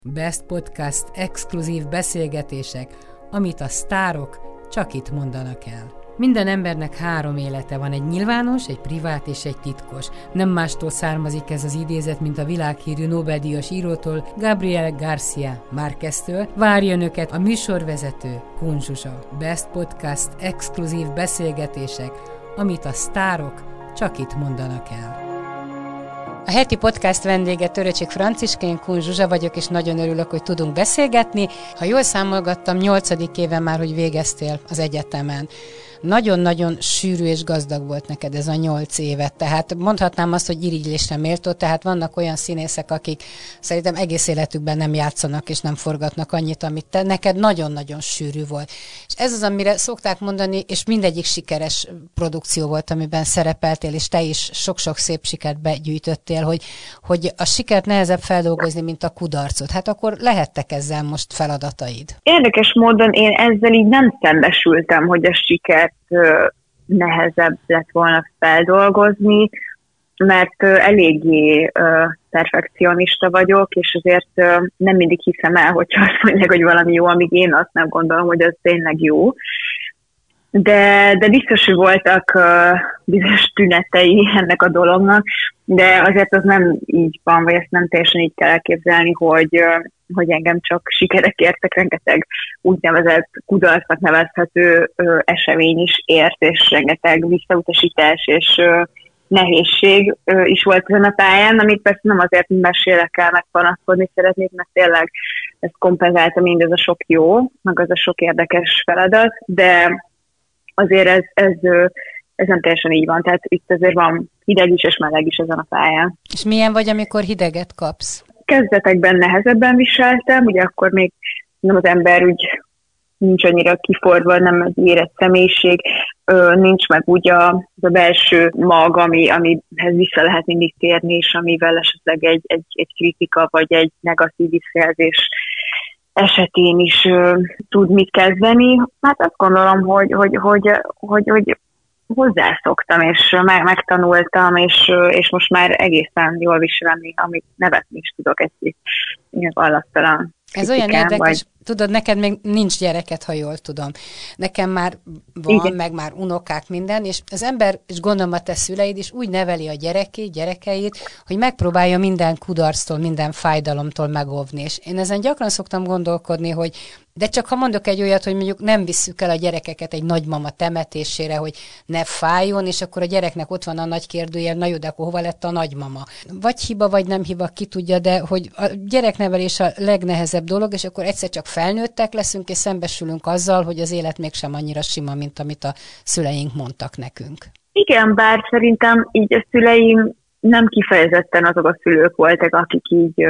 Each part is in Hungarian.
Best Podcast exkluzív beszélgetések, amit a sztárok csak itt mondanak el. Minden embernek 3 élete van, egy nyilvános, egy privát és egy titkos. Nem mástól származik ez az idézet, mint a világhírű Nobel-díjas írótól, Gabriel García Márqueztől. Várja önöket a műsorvezető, Kun Zsuzsa. Best Podcast exkluzív beszélgetések, amit a sztárok csak itt mondanak el. A heti podcast vendége Töröcsik Franciska, én Kun Zsuzsa vagyok, és nagyon örülök, hogy tudunk beszélgetni. Ha jól számolgattam, 8. éven már, hogy végeztél az egyetemen. Nagyon-nagyon sűrű és gazdag volt neked ez a 8 évet, tehát mondhatnám azt, hogy irigylésre méltó, tehát vannak olyan színészek, akik szerintem egész életükben nem játszanak és nem forgatnak annyit, amit te. Neked nagyon-nagyon sűrű volt. És ez az, amire szokták mondani, és mindegyik sikeres produkció volt, amiben szerepeltél, és te is sok-sok szép sikert begyűjtöttél, hogy a sikert nehezebb feldolgozni, mint a kudarcot. Hát akkor lehettek ezzel most feladataid? Érdekes módon én ezzel így nem szembesültem, hogy a siker nehezebb lett volna feldolgozni, mert eléggé perfekcionista vagyok, és azért nem mindig hiszem el, hogyha azt mondják, hogy valami jó, amíg én azt nem gondolom, hogy az tényleg jó. De biztos, hogy voltak bizonyos tünetei ennek a dolognak, de azért az nem így van, vagy ezt nem teljesen így kell elképzelni, hogy engem csak sikerek értek, rengeteg úgynevezett kudarcnak nevezhető esemény is ért, és rengeteg visszautasítás és nehézség is volt ezen a pályán, amit persze nem azért mesélek el, meg panaszkodni szeretnék, mert tényleg ezt kompenzálta mindez a sok jó, meg az a sok érdekes feladat, de azért ez nem teljesen így van, tehát itt azért van hideg is és meleg is ezen a pályán. És milyen vagy, amikor hideget kapsz? Kezdetekben nehezebben viseltem, ugye akkor még nem az ember úgy nincs annyira kiforva, nem az érett személyiség, nincs meg úgy az a belső mag, amihez vissza lehet mindig térni, és amivel esetleg egy kritika vagy egy negatív visszajelzés esetén is tud mit kezdeni. Hát azt gondolom, hogy hozzászoktam, és megtanultam, és most már egészen jól viselem, amit nevetni is tudok egy alaptalan. Ez olyan érdekes, tudod, neked még nincs gyereket, ha jól tudom. Nekem már van, igen, meg már unokák, minden, és az ember, és gondolom a te szüleid is úgy neveli a gyerekeit, hogy megpróbálja minden kudarctól, minden fájdalomtól megóvni. És én ezen gyakran szoktam gondolkodni, de csak ha mondok egy olyat, hogy mondjuk nem visszük el a gyerekeket egy nagymama temetésére, hogy ne fájjon, és akkor a gyereknek ott van a nagy kérdőjel, na jó, de akkor hova lett a nagymama? Vagy hiba, vagy nem hiba, ki tudja, de hogy a gyereknevelés a legnehezebb dolog, és akkor egyszer csak felnőttek leszünk, és szembesülünk azzal, hogy az élet mégsem annyira sima, mint amit a szüleink mondtak nekünk. Igen, bár szerintem így a szüleim nem kifejezetten azok a szülők voltak, akik így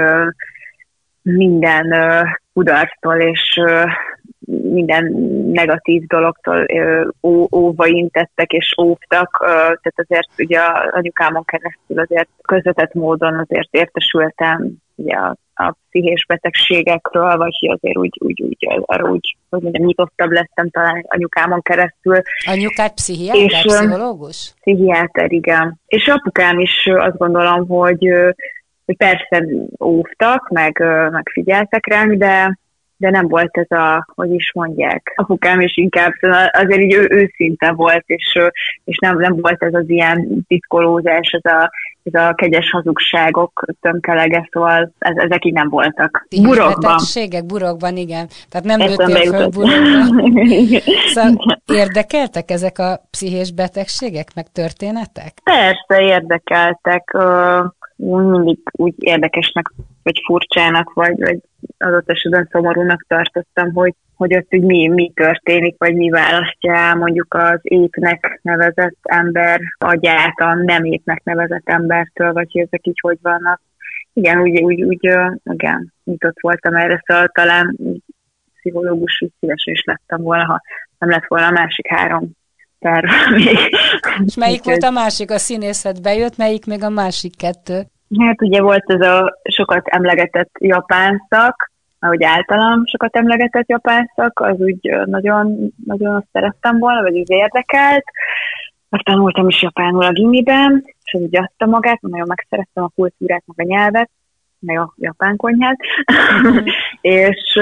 minden kudarctól és minden negatív dologtól óva intettek és óvtak, tehát azért ugye az anyukámon keresztül azért közvetett módon azért értesültem ugye a pszichés betegségekről, vagy azért úgy, hogy mondjam, nyitottabb lettem talán anyukámon keresztül. Anyukád pszichiáter, pszichológus? Pszichiáter, igen. És apukám is azt gondolom, hogy persze óvtak, meg figyeltek ránk, de nem volt ez hogy is mondják. Apukám is inkább azért így őszinte volt, és nem volt ez az ilyen titkolózás, ez a kegyes hazugságok tömkelege, szóval ezek így nem voltak. Burokban, igen. Tehát nem nőttél föl burokban. Szóval érdekeltek ezek a pszichés betegségek, meg történetek? Persze érdekeltek. Mindig úgy érdekesnek, vagy furcsának, vagy adott esetben szomorúnak tartottam, hogy ott úgy mi történik, vagy mi választja el mondjuk az épnek nevezett ember agyát a nem épnek nevezett embertől, vagy ezek így hogy vannak. Igen, úgy igen, nyitott voltam erre, szóval talán pszichológus szívesen is lettem volna, ha nem lett volna a másik 3 terv még. És melyik volt a másik? A színészet bejött, melyik még a másik 2? Hát ugye volt ez a sokat emlegetett japán szak, ahogy általam sokat emlegetett japán szak, az úgy nagyon, nagyon azt szerettem volna, vagy az érdekelt. Azt tanultam is japánul a gimiben, és az úgy adta magát, nagyon megszerettem a kultúrát, meg a nyelvet. meg a japán konyhát. És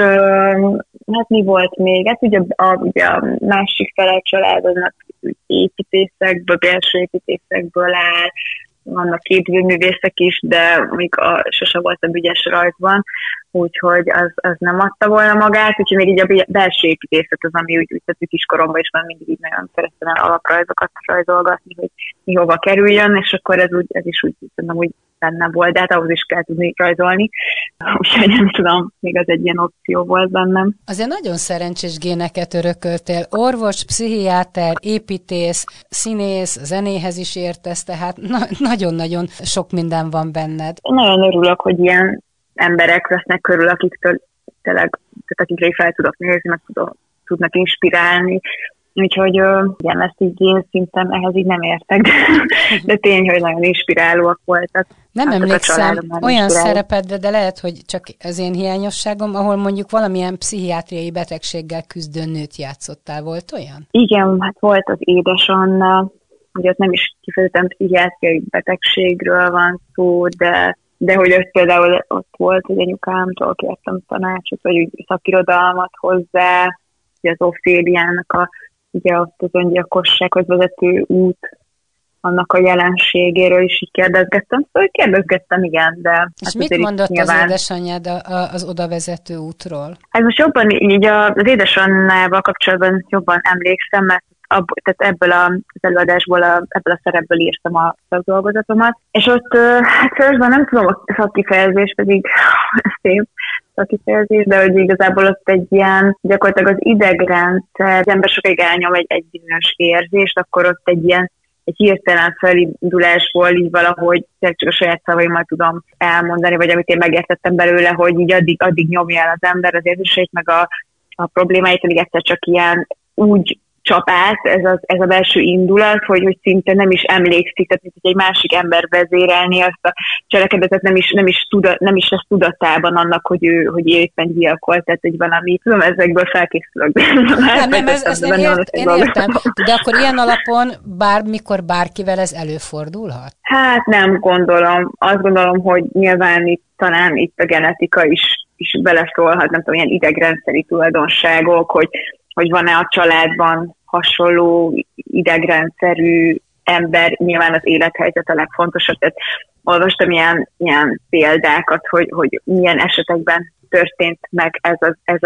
hát mi volt még? Hát ugye a másik fele családoznak építészekből, belső építészekből áll, vannak képzőművészek is, de még sose voltam ügyes rajzban, úgyhogy az nem adta volna magát, úgyhogy még így a belső építészet az, ami úgy tehát kiskoromban is már mindig így nagyon szerettem el alaprajzokat rajzolgatni, hogy mi hova kerüljön, és akkor ez is úgy szerintem úgy benne volt, de hát ahhoz is kell tudni rajzolni, úgyhogy nem tudom, még az egy ilyen opció volt bennem. Azért nagyon szerencsés géneket örököltél. Orvos, pszichiáter, építész, színész, zenéhez is értesz, tehát nagyon-nagyon sok minden van benned. Nagyon örülök, hogy ilyen emberek vesznek körül, akiktől tényleg, akikre fel tudok nézni, meg tudnak inspirálni. Úgyhogy igen, ezt így én szinten ehhez így nem értek, de tény, hogy nagyon inspirálóak voltak. Nem emlékszem olyan szerepedre, de lehet, hogy csak az én hiányosságom, ahol mondjuk valamilyen pszichiátriai betegséggel küzdő nőt játszottál. Volt olyan? Igen, hát volt az Édes Anna, ugye ott nem is kifejezetten pszichiátriai betegségről van szó, de hogy ott például ott volt, hogy anyukámtól kértem tanácsot, vagy úgy szakirodalmat hozzá, ugye az Oféliának ugye ott az öngyilkossághoz vezető út, annak a jelenségéről is így kérdezgettem. Szóval kérdezgettem, igen, de... És mit mondott nyilván az édesanyjád az oda vezető útról? Ez most jobban így az édesanyjával kapcsolatban jobban emlékszem, mert tehát ebből az előadásból, ebből a szerepből írtam a szakdolgozatomat. És ott, hát szóval nem tudom a szakkifejezés, pedig szép szakkifejezés, de hogy igazából ott egy ilyen, gyakorlatilag az idegrendszer, az ember sokáig elnyom egy bizonyos érzést, akkor ott egy hirtelen felindulásból így valahogy csak a saját szavaimat tudom elmondani, vagy amit én megértettem belőle, hogy így addig nyomja el az ember az érzéseit, meg a problémáit, pedig egyszer csak ilyen úgy csap át ez a belső indulat, hogy szinte nem is emlékszik, tehát hogy egy másik ember vezérelni azt a cselekedetet, nem is lesz tudatában annak, hogy ő éppen gyilkolt, tehát hogy valami, tudom, ezekből felkészülök. Nem, ezt én értem, de akkor ilyen alapon bármikor bárkivel ez előfordulhat? Hát nem gondolom. Azt gondolom, hogy nyilván talán itt a genetika is beleszólhat, nem tudom, ilyen idegrendszeri tulajdonságok, hogy van-e a családban hasonló idegrendszerű ember, nyilván az élethelyzet a legfontosabb. Tehát olvastam ilyen példákat, hogy milyen esetekben történt meg ez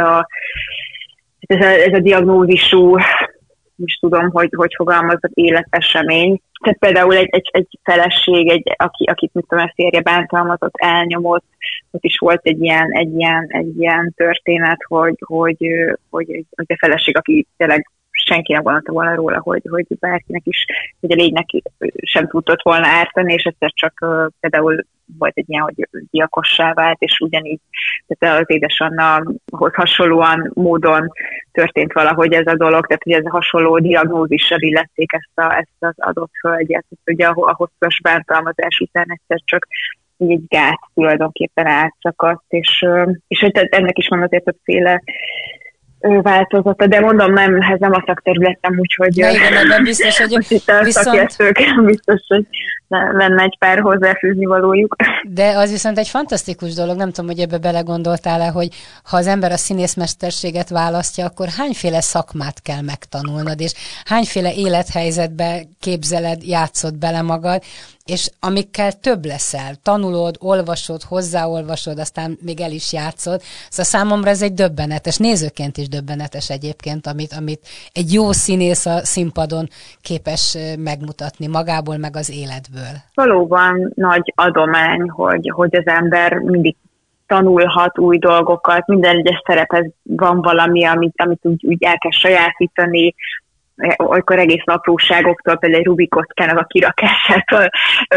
a diagnózisú, is tudom, hogy fogalmazott életesemény. Tehát például egy feleség, akit mit tudom, a férje bántalmazott, elnyomott, ott is volt egy ilyen történet, hogy a feleség, aki tényleg senki nem gondolta volna róla, hogy bárkinek is, hogy a lénynek sem tudott volna ártani, és egyszer csak például volt egy ilyen, hogy gyilkossá vált, és ugyanígy tehát az édesanynahoz hasonlóan módon történt valahogy ez a dolog, tehát hogy ez a hasonló diagnózissal illették ezt az adott hölgyet. Ugye a hosszas bántalmazás után egyszer csak egy gát tulajdonképpen átszakadt, és hogy ennek is van azért többféle változata, de mondom, ez nem a szakterületem, úgyhogy de biztos, hogy itt a szakértők biztos, hogy lenne egy pár hozzáfűzni valójuk. De az viszont egy fantasztikus dolog, nem tudom, hogy ebbe belegondoltál-e, hogy ha az ember a színészmesterséget választja, akkor hányféle szakmát kell megtanulnod, és hányféle élethelyzetbe képzeled, játszod bele magad, és amikkel több leszel, tanulod, olvasod, hozzáolvasod, aztán még el is játszod. Szóval számomra ez egy döbbenetes, nézőként is döbbenetes egyébként, amit egy jó színész a színpadon képes megmutatni magából, meg az életből. Valóban nagy adomány, hogy az ember mindig tanulhat új dolgokat, minden egyes szerephez van valami, amit úgy el kell sajátítani, olykor egész apróságoktól, például egy Rubik kockának a kirakásától,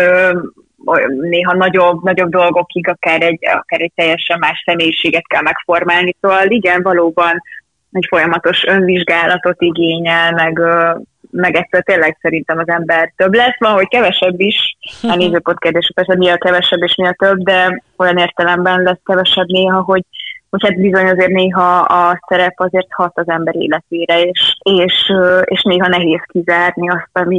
néha nagyobb dolgokig, akár egy teljesen más személyiséget kell megformálni. Szóval igen, valóban egy folyamatos önvizsgálatot igényel, meg ettől tényleg szerintem az ember több lesz. Van, hogy kevesebb is, a nézőpont kérdés, persze mi a kevesebb és mi a több, de olyan értelemben lesz kevesebb néha, hogy hát bizony azért néha a szerep azért hat az ember életére, és néha nehéz kizárni azt,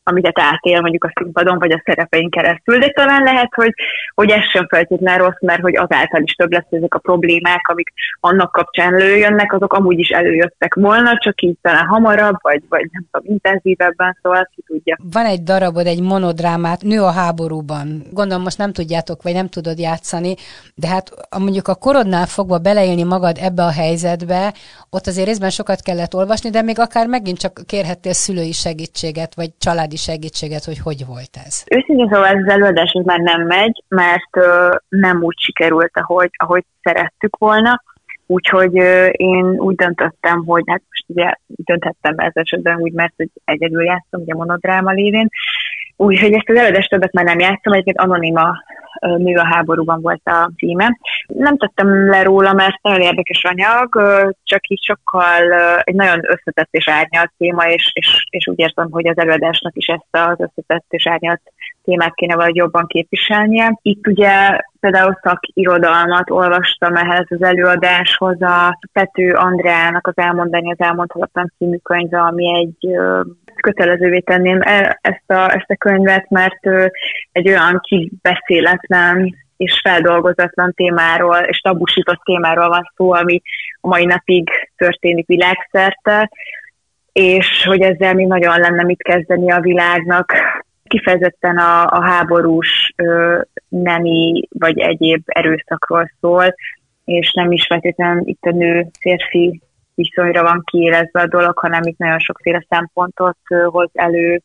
amiket átél mondjuk a színpadon, vagy a szerepein keresztül, de talán lehet, hogy ez sem feltétlenül rossz, mert hogy azáltal is több lesz ezek a problémák, amik annak kapcsán előjönnek, azok amúgy is előjöttek volna, csak így talán hamarabb, vagy nem tudom, intenzívebben, szóval ki tudja. Van egy darabod, egy monodrámát, Nő a háborúban. Gondolom most nem tudjátok, vagy nem tudod játszani, de hát mondjuk a korodnál fogva beleélni magad ebbe a helyzetbe, ott azért részben sokat kellett olvasni, de még akár megint csak kérhettél szülői segítséget, vagy családi segítséget, hogy volt ez? Őszintén szóval ez az előadás már nem megy, mert nem úgy sikerült, ahogy szerettük volna. Úgyhogy én úgy döntöttem, hogy hát most ugye dönthettem ez esetben úgy, mert hogy egyedül játszom, ugye monodráma lévén. Úgyhogy ezt az előadást többet már nem játszom, egyébként Anonima Nő a háborúban volt a címe. Nem tettem le róla, mert nagyon érdekes anyag, csak így sokkal egy nagyon összetett és árnyalt téma, és úgy érzem, hogy az előadásnak is ezt az összetett és árnyalt témát kéne valahogy jobban képviselnie. Itt ugye például szakirodalmat olvastam ehhez az előadáshoz, a Pető Andreának az Elmondani az elmondhatatlan című könyve, ami egy kötelezővé tenném ezt a könyvet, mert egy olyan kibeszéletlen és feldolgozatlan témáról, és tabusított témáról van szó, ami a mai napig történik világszerte, és hogy ezzel még nagyon lenne mit kezdeni a világnak. Kifejezetten a háborús nemi vagy egyéb erőszakról szól, és nem is feltétlenül itt a nő-férfi viszonyra van kiélezve a dolog, hanem itt nagyon sokféle szempontot hoz elő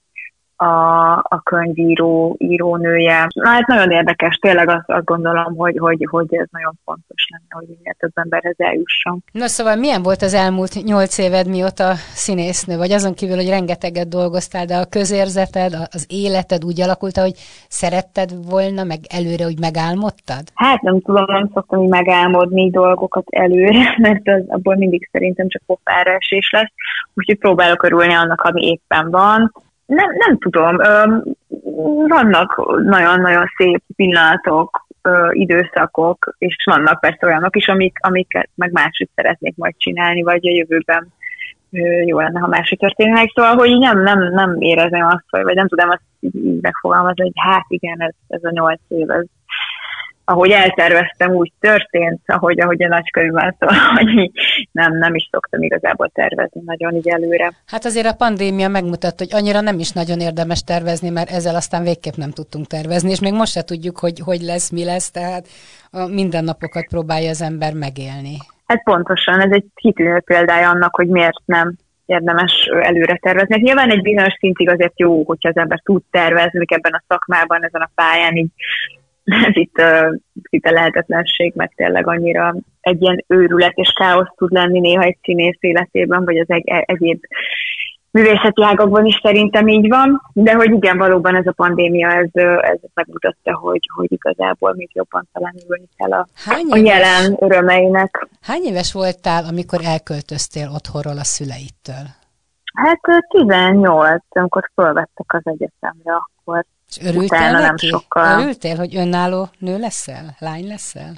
a írónője. Na, hát nagyon érdekes, tényleg azt gondolom, hogy ez nagyon fontos lenne, hogy minél több emberhez eljusson. Na szóval milyen volt az elmúlt 8 éved, mióta színésznő, vagy azon kívül, hogy rengeteget dolgoztál, de a közérzeted, az életed úgy alakult, hogy szeretted volna, meg előre úgy megálmodtad? Hát nem tudom, nem szoktam így megálmodni dolgokat előre, mert abból mindig szerintem csak pofára esés lesz, úgyhogy próbálok örülni annak, ami éppen van. Nem tudom, vannak nagyon-nagyon szép pillanatok, időszakok, és vannak persze olyanok is, amiket meg máshogy szeretnék majd csinálni, vagy a jövőben jó lenne, ha máshogy történnek. Szóval, hogy nem érezném azt, vagy nem tudom azt így megfogalmazni, hogy hát igen, ez a 8 év, ez ahogy elterveztem, úgy történt, ahogy a nagykönyvben, szóval, hogy nem is szoktam igazából tervezni nagyon így előre. Hát azért a pandémia megmutatta, hogy annyira nem is nagyon érdemes tervezni, mert ezzel aztán végképp nem tudtunk tervezni, és még most se tudjuk, hogy lesz, mi lesz, tehát a mindennapokat próbálja az ember megélni. Hát pontosan, ez egy kitűnő példája annak, hogy miért nem érdemes előre tervezni. Hát nyilván egy bizonyos szintig azért jó, hogyha az ember tud tervezni, ebben a szakmában, ezen a pályán, így ez itt szinte lehetetlenség, meg tényleg annyira egy ilyen őrület és káosz tud lenni néha egy színész életében, vagy az egyéb művészeti ágakban is szerintem így van, de hogy igen, valóban ez a pandémia, ez megmutatta, hogy igazából még jobban talán ülni kell a jelen örömeinek. Hány éves voltál, amikor elköltöztél otthonról a szüleidtől? Hát 18, amikor fölvettek az egyetemre, akkor és örültél neki? Örültél, hogy önálló nő leszel? Lány leszel?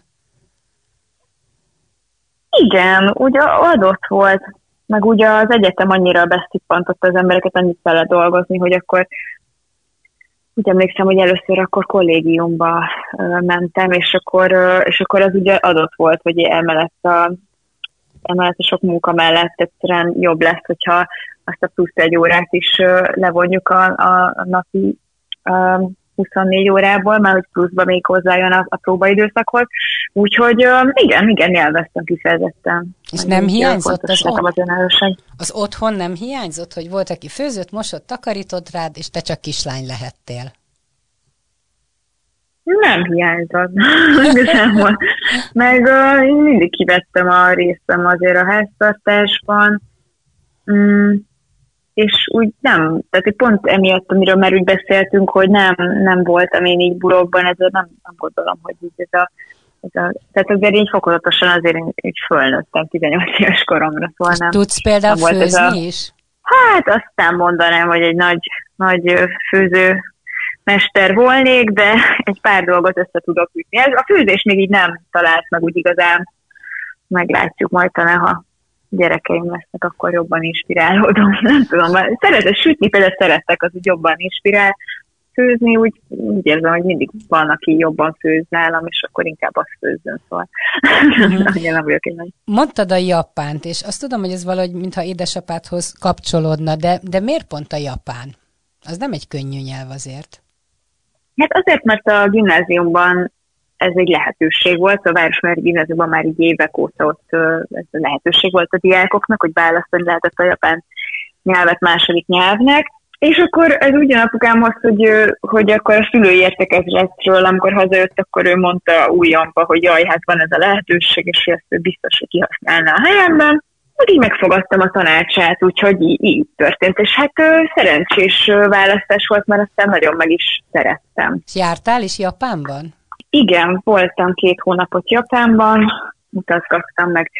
Igen, ugye adott volt, meg ugye az egyetem annyira beszippantotta az embereket, annyit vele dolgozni, hogy akkor úgy emlékszem, hogy először akkor kollégiumba mentem, és akkor az ugye adott volt, hogy emellett a sok munka mellett egyszerűen jobb lesz, hogyha azt a plusz 1 órát is levonjuk a napi 24 órából, mert hogy pluszba még hozzájön a próbaidőszakhoz. Úgyhogy igen, élveztem kifejezetten. És nem hiányzott az otthon nem hiányzott, hogy volt, aki főzött, mosott, takarított rád, és te csak kislány lehettél? Nem hiányzott. Igazából. Meg én mindig kivettem a részem azért a háztartásban. És úgy nem, tehát pont emiatt, amiről már úgy beszéltünk, hogy nem voltam én így burokban, ezért nem gondolom, hogy így tehát azért így fokozatosan azért így fölnőttem 18 éves koromra, szóval nem. Tudsz például főzni is? Hát aztán mondanám, hogy egy nagy főzőmester volnék, de egy pár dolgot össze tudok ütni. A főzés még így nem talált meg úgy igazán, meglátjuk majd talán, ha gyerekeim lesznek, akkor jobban inspirálódom. Nem tudom, sütni például szerettek, az úgy jobban inspirál. Főzni úgy érzem, hogy mindig van, aki jobban főz nálam, és akkor inkább azt főzzön, szóval. Nem vagyok egy nagy. Mondtad a japánt, és azt tudom, hogy ez valahogy, mintha édesapádhoz kapcsolódna, de miért pont a japán? Az nem egy könnyű nyelv azért. Hát azért, mert a gimnáziumban ez egy lehetőség volt, a Városmári Gimnáziumban már így évek óta ott ez a lehetőség volt a diákoknak, hogy választani lehetett a japán nyelvet második nyelvnek, és akkor ez ugyan apukámhoz, hogy akkor a szülői értekezletről, amikor hazajött, akkor ő mondta újjamba, hogy jaj, hát van ez a lehetőség, és ezt ő biztos, hogy kihasználná a helyemben. Úgy így megfogadtam a tanácsát, úgyhogy így történt. És hát szerencsés választás volt, mert aztán nagyon meg is szerettem. Jártál is Japánban? Igen, voltam 2 hónapot Japánban, utazgattam meg,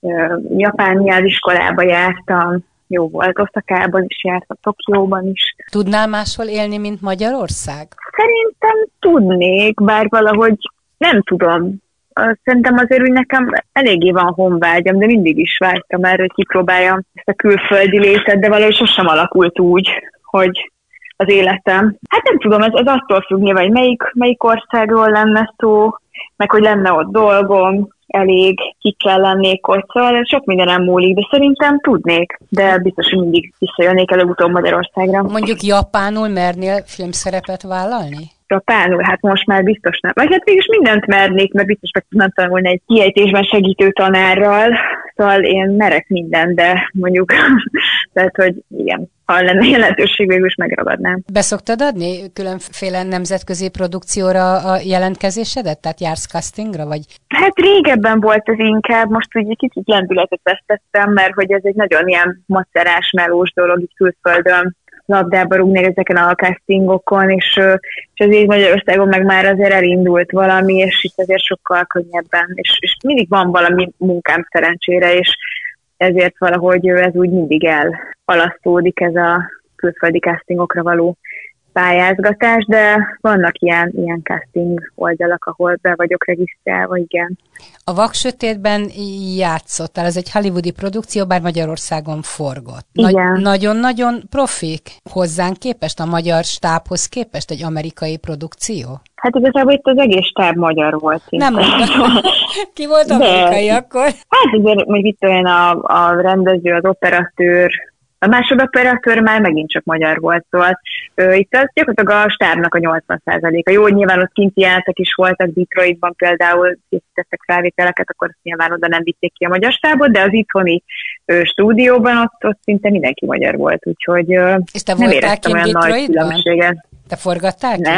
japán nyelviskolába jártam, jó volt, Oszakában is jártam, Tokióban is. Tudnál máshol élni, mint Magyarország? Szerintem tudnék, bár valahogy nem tudom. Szerintem azért úgy nekem eléggé van honvágyam, de mindig is vágytam erre, hogy kipróbáljam ezt a külföldi létet, de valahogy sosem alakult úgy, hogy az életem. Hát nem tudom, ez attól függ nyilván, hogy melyik országról lenne szó, meg hogy lenne ott dolgom, elég kikkel lennék ott, szóval sok mindenem múlik, de szerintem tudnék, de biztos, hogy mindig visszajönnék előbb-utóbb Magyarországra. Mondjuk japánul mernél filmszerepet vállalni? Japánul, hát most már biztos nem. Vagy hát mégis mindent mernék, mert biztos meg tudnám tanulni egy kiejtésben segítő tanárral, szóval én merek mindent, de mondjuk, tehát, hogy igen, ha lenne jelentőség, végül is megragadnám. Beszoktad adni különféle nemzetközi produkcióra a jelentkezésedet? Tehát jársz castingra, vagy? Hát régebben volt ez inkább, most úgy egy kicsit lendületet vesztettem, mert hogy ez egy nagyon ilyen macerás, melós dolog itt külföldön labdába rúgni ezeken a castingokon, és azért Magyarországon meg már azért elindult valami, és itt azért sokkal könnyebben, és mindig van valami munkám szerencsére, és ezért valahogy ez úgy mindig elhalasztódik ez a külföldi castingokra való pályázgatás, de vannak ilyen casting oldalak, ahol be vagyok regisztrálva, igen. A Vaksötétben játszottál, ez egy hollywoodi produkció, bár Magyarországon forgott. Nagyon-nagyon profik hozzánk képest, a magyar stábhoz képest egy amerikai produkció? Hát igazából itt az egész stáb magyar volt. Nem mondom. Ki volt amerikai akkor? Hát azért, hogy itt olyan a rendező, az operatőr, a másodoperatőr már megint csak magyar volt, szóval itt az gyakorlatilag a stábnak a 80%-a. Jó, nyilván ott kinti játék is voltak, Detroitban például készítettek felvételeket, akkor nyilván oda nem vitték ki a magyar stábot, de az itthoni stúdióban ott szinte mindenki magyar volt, úgyhogy és te nem éreztem olyan nagy különbséget. Te forgattál ki?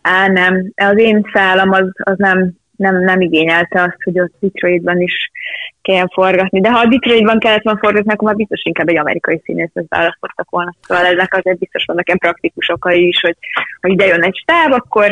Nem. Az én szálam az nem igényelte azt, hogy ott Detroitban is kelljen forgatni. De ha a Detroitban kellett volna forgatni, akkor már biztos inkább egy amerikai színészet választottak volna. Szóval ezek azért biztos vannak ilyen praktikus okai is, hogy ha ide jön egy stáb,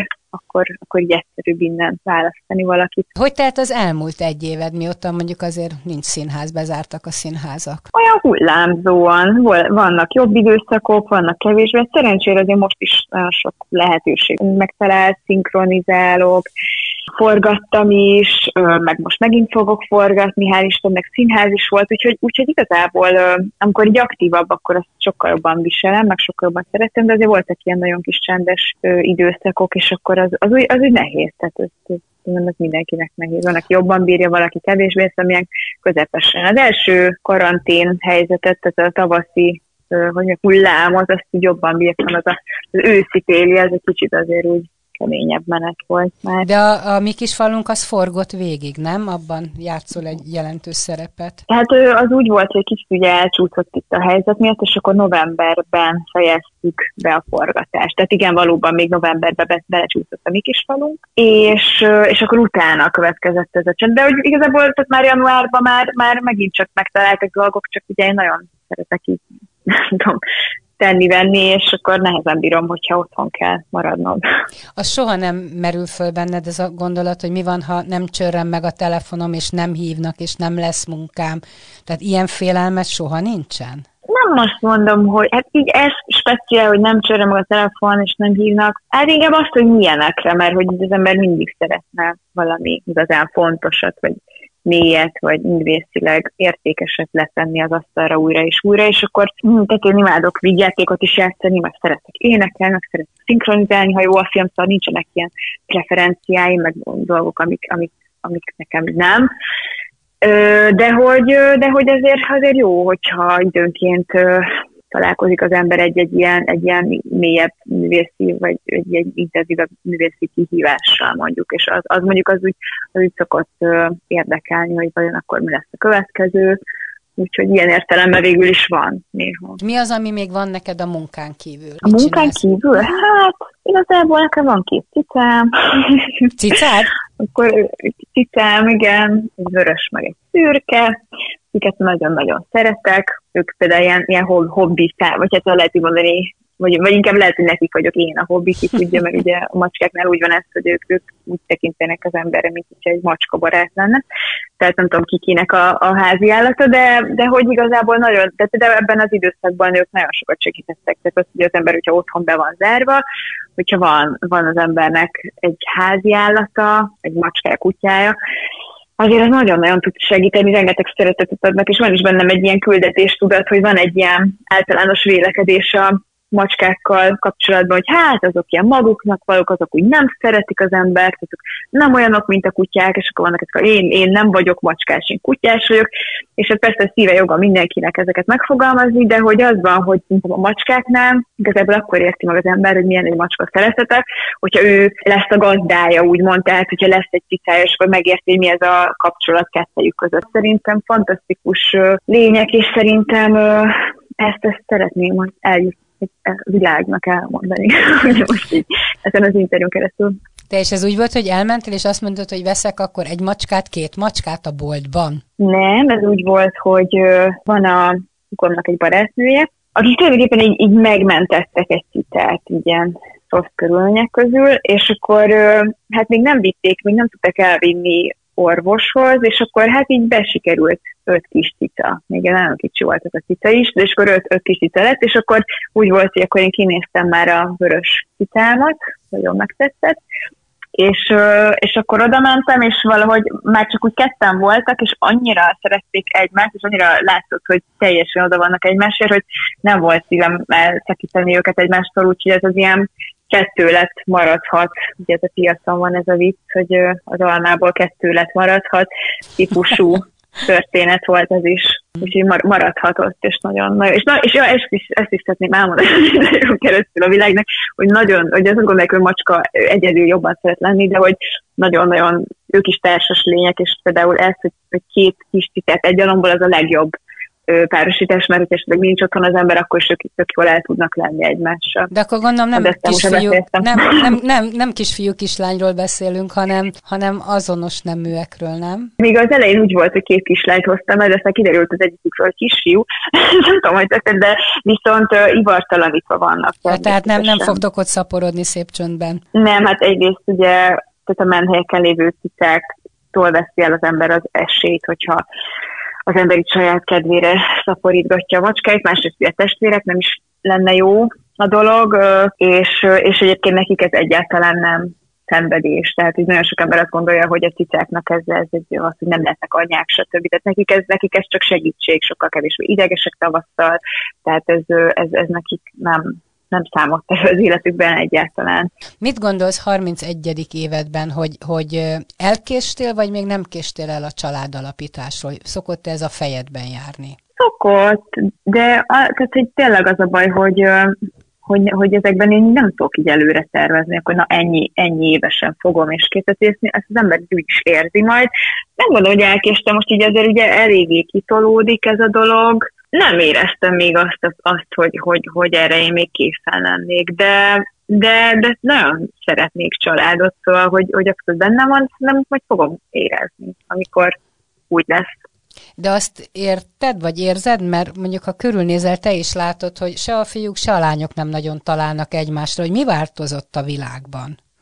akkor így egyszerűbb innen választani valakit. Hogy telt az elmúlt egy éved, mióta mondjuk azért nincs színház, bezártak a színházak? Olyan hullámzóan. Vannak jobb időszakok, vannak kevésbé. Szerencsére azért most is nagyon sok lehetőség megtalált, szinkronizálok, forgattam is, meg most megint fogok forgatni, hál' Istennek színház is volt, úgyhogy igazából amikor így aktívabb, akkor azt sokkal jobban viselem, meg sokkal jobban szeretem, de azért voltak ilyen nagyon kis csendes időszakok, és akkor az úgy nehéz, tehát ez mindenkinek nehéz. Van, aki jobban bírja, valaki kevésbé, ezt amilyen közepesen. Az első karantén helyzetet, tehát a tavaszi hullámot, azt így jobban bírtam, az őszi téli, ez egy kicsit azért úgy keményebb menet volt már. De a mi kis falunk az forgott végig, nem? Abban játszol egy jelentős szerepet. Hát az úgy volt, hogy kicsit ugye elcsúszott itt a helyzet miatt, és akkor novemberben fejeztük be a forgatást. Tehát igen, valóban még novemberben belecsúszott a mi kis falunk, és akkor utána következett ez a csend. De hogy igazából tehát már januárban már megint csak megtaláltak dolgok, csak ugye én nagyon szeretek így, nem tudom, tenni-venni, és akkor nehezen bírom, hogyha otthon kell maradnom. Az soha nem merül föl benned ez a gondolat, hogy mi van, ha nem csörren meg a telefonom, és nem hívnak, és nem lesz munkám. Tehát ilyen félelmet soha nincsen? Nem azt mondom, hogy hát így ez speciál, hogy nem csörren meg a telefon, és nem hívnak. Hát inkább azt, hogy milyenekre, mert hogy az ember mindig szeretne valami igazán fontosat, vagy mélyet, vagy művészileg értékeset letenni az asztalra újra és újra, és akkor tehát én imádok vígjátékot is játszani, meg szeretek énekelni, meg szeretek szinkronizálni, ha jó a film, szóval nincsenek ilyen preferenciáim, meg dolgok, amik nekem nem. De hogy azért jó, hogyha időnként találkozik az ember egy ilyen mélyebb művészi, vagy egy intenzívebb művészi kihívással mondjuk, és az mondjuk az úgy szokott érdekelni, hogy vajon akkor mi lesz a következő, úgyhogy ilyen értelemben végül is van néha. Mi az, ami még van neked a munkán kívül? A munkán kívül? Hát igazából nekem van 2 cicám. Cicád? Akkor cicám, igen, egy vörös meg egy szürke, őket nagyon-nagyon szeretek. Ők például ilyen hobbi, vagy hát lehet mondani, vagy inkább lehet, hogy nekik vagyok én a hobbi, ki tudja, mert ugye a macskáknál úgy van ez, hogy ők úgy tekintenek az emberre, mint hogyha egy macska barát lenne. Tehát nem tudom, kikinek a házi állata, de hogy igazából nagyon, de ebben az időszakban ők nagyon sokat segítettek. Tehát az, hogy az ember, hogyha otthon be van zárva, hogyha van az embernek egy házi állata, egy macskája, kutyája, azért az nagyon-nagyon tud segíteni, rengeteg szeretetet adnak, és van is bennem egy ilyen küldetéstudat, hogy van egy ilyen általános vélekedés a macskákkal kapcsolatban, hogy hát azok ilyen maguknak valók, azok úgy nem szeretik az embert, azok nem olyanok, mint a kutyák, és akkor vannak ezek én nem vagyok macskás, én kutyás vagyok, és hát persze szíve joga mindenkinek ezeket megfogalmazni, de hogy az van, hogy a macskáknál igazából akkor érti meg az ember, hogy milyen egy macska szeretete, hogyha ő lesz a gazdája, úgymond, tehát hogyha lesz egy cicája, és akkor megérti, hogy mi ez a kapcsolat kettejük között. Szerintem fantasztikus lények, és szerintem ezt szeretném, hogy eljut a világnak elmondani, hogy most így ezen az interjún keresztül. Te és ez úgy volt, hogy elmentél, és azt mondod, hogy veszek akkor egy macskát, 2 macskát a boltban? Nem, ez úgy volt, hogy van a hukomnak egy barátnője, akik tulajdonképpen így megmentettek egy cicát ilyen rossz körülmények közül, és akkor hát még nem vitték, még nem tudtak elvinni orvoshoz, és akkor hát így besikerült 5 kis cica. Még nagyon kicsi volt ez a cica is, de és akkor 5 kis cica lett, és akkor úgy volt, hogy akkor én kinéztem már a vörös cicámat, nagyon megtetszett, és akkor oda mentem, és valahogy már csak úgy ketten voltak, és annyira szerették egymást, és annyira látszott, hogy teljesen oda vannak egymásért, hogy nem volt szívem elszakítani őket egymástól, úgyhogy ez az ilyen 2 lett maradhat. Ugye ez a piacon van ez a vicc, hogy az almából 2 lett maradhat típusú történet volt ez is. Úgyhogy maradhatott, és nagyon, és ezt is szeretném elmondani nagyon keresztül a világnak, hogy nagyon, hogy azt gondolják, hogy macska egyedül jobban szeret lenni, de hogy nagyon-nagyon ők is társas lények, és például ez, hogy 2 kis cicát egy alomból az a legjobb párosítás, mert hogyha esetleg nincs otthon az ember, akkor is tök jól el tudnak lenni egymással. De akkor gondolom nem kisfiú, kislányról beszélünk, hanem azonos neműekről, nem? Még az elején úgy volt, hogy 2 kislányt hoztam, de aztán kiderült az egyikükről, hogy kisfiú. Nem tudom, hogy tetted, de viszont ivartalanítva vannak. Tehát nem fogtok ott szaporodni szép csöndben. Nem, hát egyrészt ugye tehát a menhelyeken lévő cicáktól veszi el az ember az esélyt, hogyha az ember itt saját kedvére szaporítgatja a macskáit, másrészt a testvérek nem is lenne jó a dolog, és egyébként nekik ez egyáltalán nem szenvedés. Tehát így nagyon sok ember azt gondolja, hogy a cicáknak ez egy az, hogy nem lehetnek anyák, stb. Tehát nekik ez csak segítség, sokkal kevésbé idegesek tavasszal, tehát ez nekik nem számolt az életükben egyáltalán. Mit gondolsz 31. évedben, hogy elkéstél, vagy még nem késtél el a családalapításról? Szokott ez a fejedben járni? Szokott, de tehát, hogy tényleg az a baj, hogy ezekben én nem tudok így előre tervezni, akkor na ennyi évesen fogom és készíteni, ezt az ember úgy is érzi majd. Nem gondolom, hogy elkéstem, most így azért ugye eléggé kitolódik ez a dolog. Nem éreztem még azt hogy erre én még készen lennék, de nagyon szeretnék családot, szóval, hogy abszolút bennem van, nem majd fogom érezni, amikor úgy lesz. De azt érted, vagy érzed, mert mondjuk ha körülnézel, te is látod, hogy se a fiúk, se a lányok nem nagyon találnak egymásra, hogy mi változott a világban?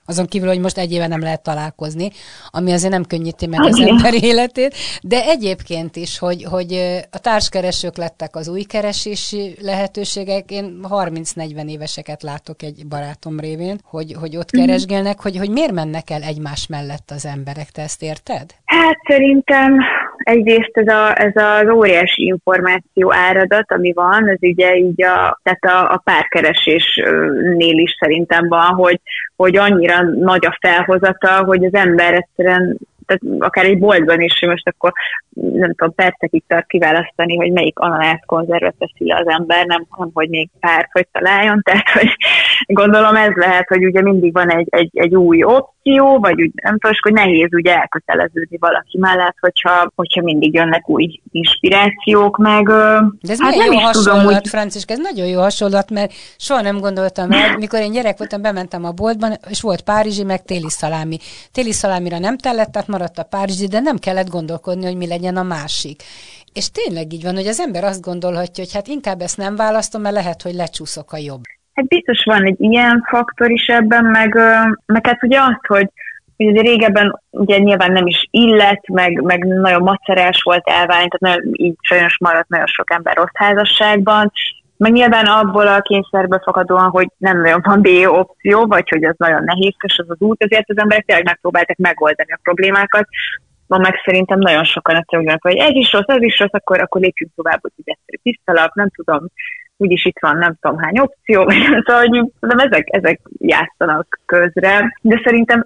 Azon kívül, hogy most egy éve nem lehet találkozni, ami azért nem könnyíti meg az ember életét, de egyébként is, hogy a társkeresők lettek az új keresési lehetőségek. Én 30-40 éveseket látok egy barátom révén, hogy ott keresgélnek, hogy miért mennek el egymás mellett az emberek, te ezt érted? Hát szerintem egyrészt ez az óriási információ áradat, ami van, ez ugye így tehát a párkeresésnél is szerintem van, hogy annyira nagy a felhozata, hogy az ember egyszerűen, tehát akár egy boltban is, hogy most akkor nem tudom, percekig tart kiválasztani, hogy melyik ananászkonzervet teszi le az ember, nem hogy még párfajt találjon, tehát hogy gondolom ez lehet, hogy ugye mindig van egy új opció, vagy úgy nem tudom, hogy nehéz ugye elköteleződni valaki mellett, hogyha mindig jönnek új inspirációk, meg de ez hát nagyon jó hasonlat, hogy... Franciska, ez nagyon jó hasonlat, mert soha nem gondoltam el, mikor én gyerek voltam, bementem a boltban, és volt párizsi, meg téli szalámi. Téli szalámira nem tellett, tehát maradt a párizsi, de nem kellett gondolkodni, hogy mi legyen a másik. És tényleg így van, hogy az ember azt gondolhatja, hogy hát inkább ezt nem választom, mert lehet, hogy lecsúszok a jobb. Hát biztos van egy ilyen faktor is ebben, meg hát ugye azt, hogy ugye régebben ugye nyilván nem is illett, meg nagyon macerás volt elválni, tehát így sajnos maradt nagyon sok ember rossz házasságban, meg nyilván abból a kényszerből fakadóan, hogy nem nagyon van B opció, vagy hogy az nagyon nehézkes az út, ezért az emberek tényleg megpróbáltak megoldani a problémákat. Ma meg szerintem nagyon sokan azt mondják, hogy ez is rossz, akkor lépjünk tovább, hogy egyszerű tisztalap, nem tudom, úgyis itt van nem tudom hány opció, szóval ezek játszanak közre, de szerintem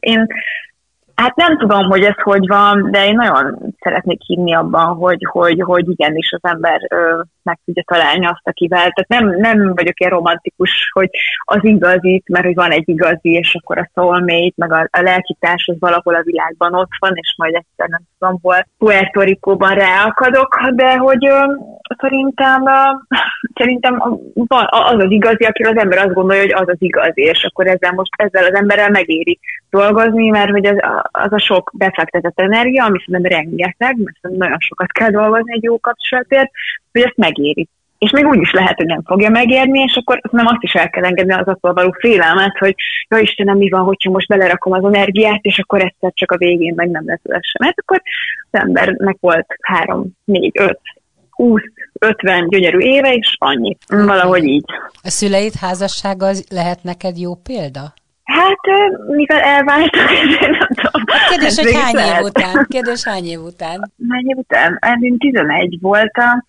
hát nem tudom, hogy ez hogy van, de én nagyon szeretnék hinni abban, hogy igenis az ember meg tudja találni azt, akivel. Tehát nem vagyok ilyen romantikus, hogy az igazit, mert hogy van egy igazi, és akkor a soulmate, meg a lelkitárs az valahol a világban ott van, és majd egyszer nem tudom hol Puerto Ricóban ráakadok, de hogy szerintem az az igazi, akiről az ember azt gondolja, hogy az az igazi, és akkor ezzel az emberrel megéri dolgozni, mert hogy az a sok befektetett energia, ami szerintem rengeteg, mert szerintem nagyon sokat kell dolgozni egy jó kapcsolatért, hogy ezt megéri. És még úgy is lehet, hogy nem fogja megérni, és akkor nem azt is el kell engedni az attól való félelmet, hogy ja Istenem, mi van, hogyha most belerakom az energiát, és akkor egyszer csak a végén meg nem lesz sem. Mert akkor az embernek volt 3, 4, 5, 20, 50 gyönyörű éve, és annyi. Valahogy így. A szüleid házassága lehet neked jó példa? Hát, mivel elváltak, nem tudom. Kérdés, hogy hány év után? Hány év után? Én 11 voltam.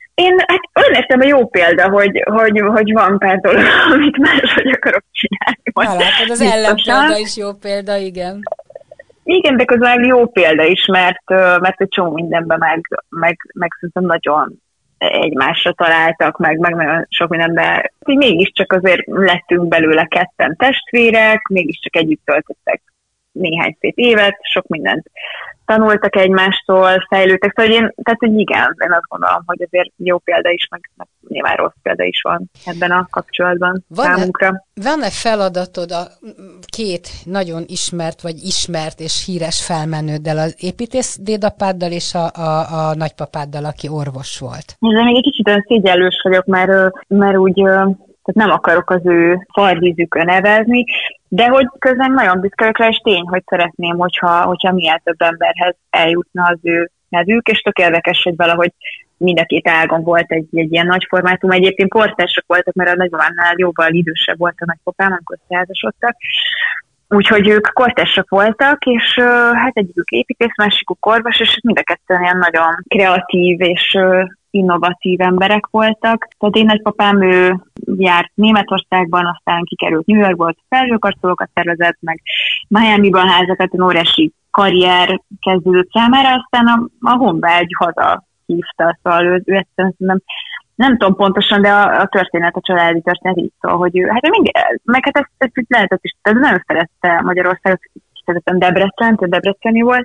Hát önértem a jó példa, hogy van pár dolog, amit máshogy akarok csinálni. Látod, az ellenpélda is jó példa, igen. Igen, de közben jó példa is, mert egy csomó mindenben meg szerintem nagyon egymásra találtak, meg nagyon sok mindenben. Mégiscsak azért lettünk belőle ketten testvérek, mégiscsak együtt töltöttek néhány szép évet, sok mindent tanultak egymástól, fejlődtek, szóval igen, én azt gondolom, hogy azért jó példa is, meg nyilván rossz példa is van ebben a kapcsolatban számunkra. Van-e feladatod a két nagyon ismert és híres felmenőddel, az építész dédapáddal és a nagypapáddal, aki orvos volt? Ezzel még egy kicsit olyan szégyellős vagyok, mert úgy tehát nem akarok az ő farvízükön nevezni, de hogy közben nagyon büszke rá, és tény, hogy szeretném, hogyha minél több emberhez eljutna az ő nevük, és tök érdekes, hogy valahogy mind a két ágon volt egy ilyen nagy formátum. Egyébként kortársak voltak, mert a nagymamámnál jóval idősebb volt a nagypapám, amikor házasodtak. Úgyhogy ők kortársak voltak, és hát egyikük építész, másikuk orvos, és mind a ketten ilyen nagyon kreatív és innovatív emberek voltak. Tehát én nagypapám, ő járt Németországban, aztán kikerült New Yorkból, felhőkarcolókat tervezett, meg Miamiban házakat, egy óriási karrier kezdődött számára, aztán a honvágy haza hívta, szóval ő egyszerűen nem tudom pontosan, de a történet, a családi történet így szól, hogy ő, meg ezt lehetett is, tehát nem szerette Magyarországot, szeretem Debreceni volt,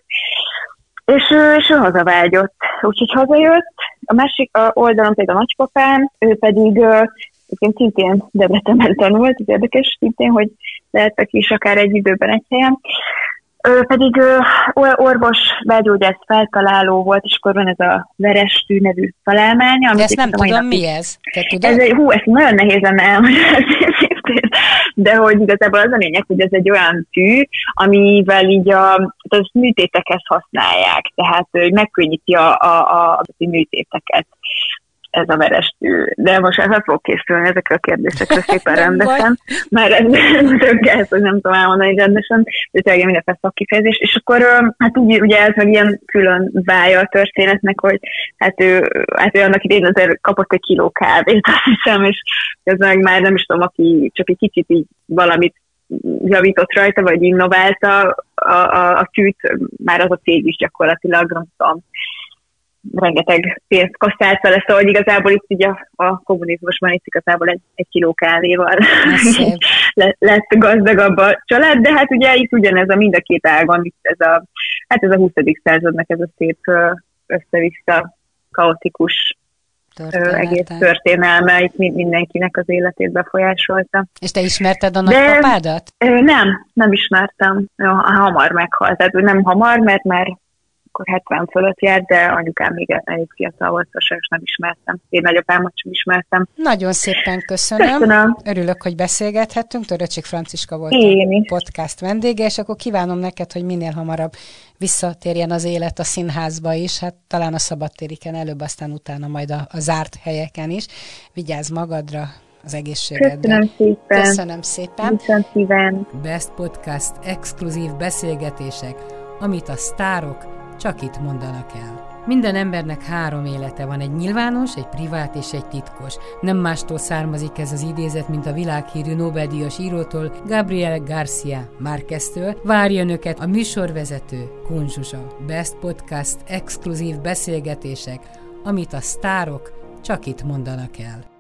és ő hazavágyott, úgyhogy hazajött. A másik oldalon pedig a nagypapám, ő pedig szintén Debrecenben tanult, ez érdekes szintén, hogy lehettek is akár egy időben egy helyen. Ő pedig orvos, belgyógyász feltaláló volt, és akkor van ez a Verestű nevű találmánya. De ezt nem tudom, mi ez? Ez nagyon nehéz lenne elmagyarázni, történt. De hogy igazából az a lényeg, hogy ez egy olyan tű, amivel így az műtétekhez használják, tehát megkönnyíti a műtéteket. Ez a verestű. De most el fogok készülni ezekre a kérdésekre szépen rendesen. Már ez több hogy nem tudom elmondani rendesen, de tényleg mindenféle szakkifejezés. És akkor hát úgy, ugye ez meg ilyen külön vája a történetnek, hogy hát ő annak idején azért kapott egy kiló kávét, azt hiszem, és ez meg már nem is tudom, aki csak egy kicsit így valamit javított rajta, vagy innoválta a tűt, már az a cég is gyakorlatilag, nem tudom, rengeteg pénzt kasszált vele, szóval hogy igazából itt így a kommunizmusban itt igazából egy kiló kávéval lett gazdagabb a család, de hát ugye itt ugyanez a mind a két ágon, itt ez a 20. századnak ez a szép össze-vissza kaotikus egész történelme, itt mindenkinek az életét befolyásolta. És te ismerted a nagypapádat? Nem ismertem. Hamar meghalt. Tehát nem hamar, mert már akkor 70 fölött járt, de anyukám még elég fiatal volt, sajnos nem ismertem. Én nagyapámat sem ismertem. Nagyon szépen köszönöm. Örülök, hogy beszélgethettünk. Töröcsik Franciska volt a podcast vendége, és akkor kívánom neked, hogy minél hamarabb visszatérjen az élet a színházba is, hát talán a szabadtériken előbb, aztán utána majd a zárt helyeken is. Vigyázz magadra, az egészségedre. Köszönöm szépen. Köszönöm szépen. Viszont szíven. Best Podcast exkluzív beszélgetések, amit a sztárok csak itt mondanak el. Minden embernek 3 élete van, egy nyilvános, egy privát és egy titkos. Nem mástól származik ez az idézet, mint a világhírű Nobel-díjas írótól, Gabriel García Márqueztől. Várja önöket a műsorvezető, Kun Zsuzsa. Best Podcast exkluzív beszélgetések, amit a sztárok csak itt mondanak el.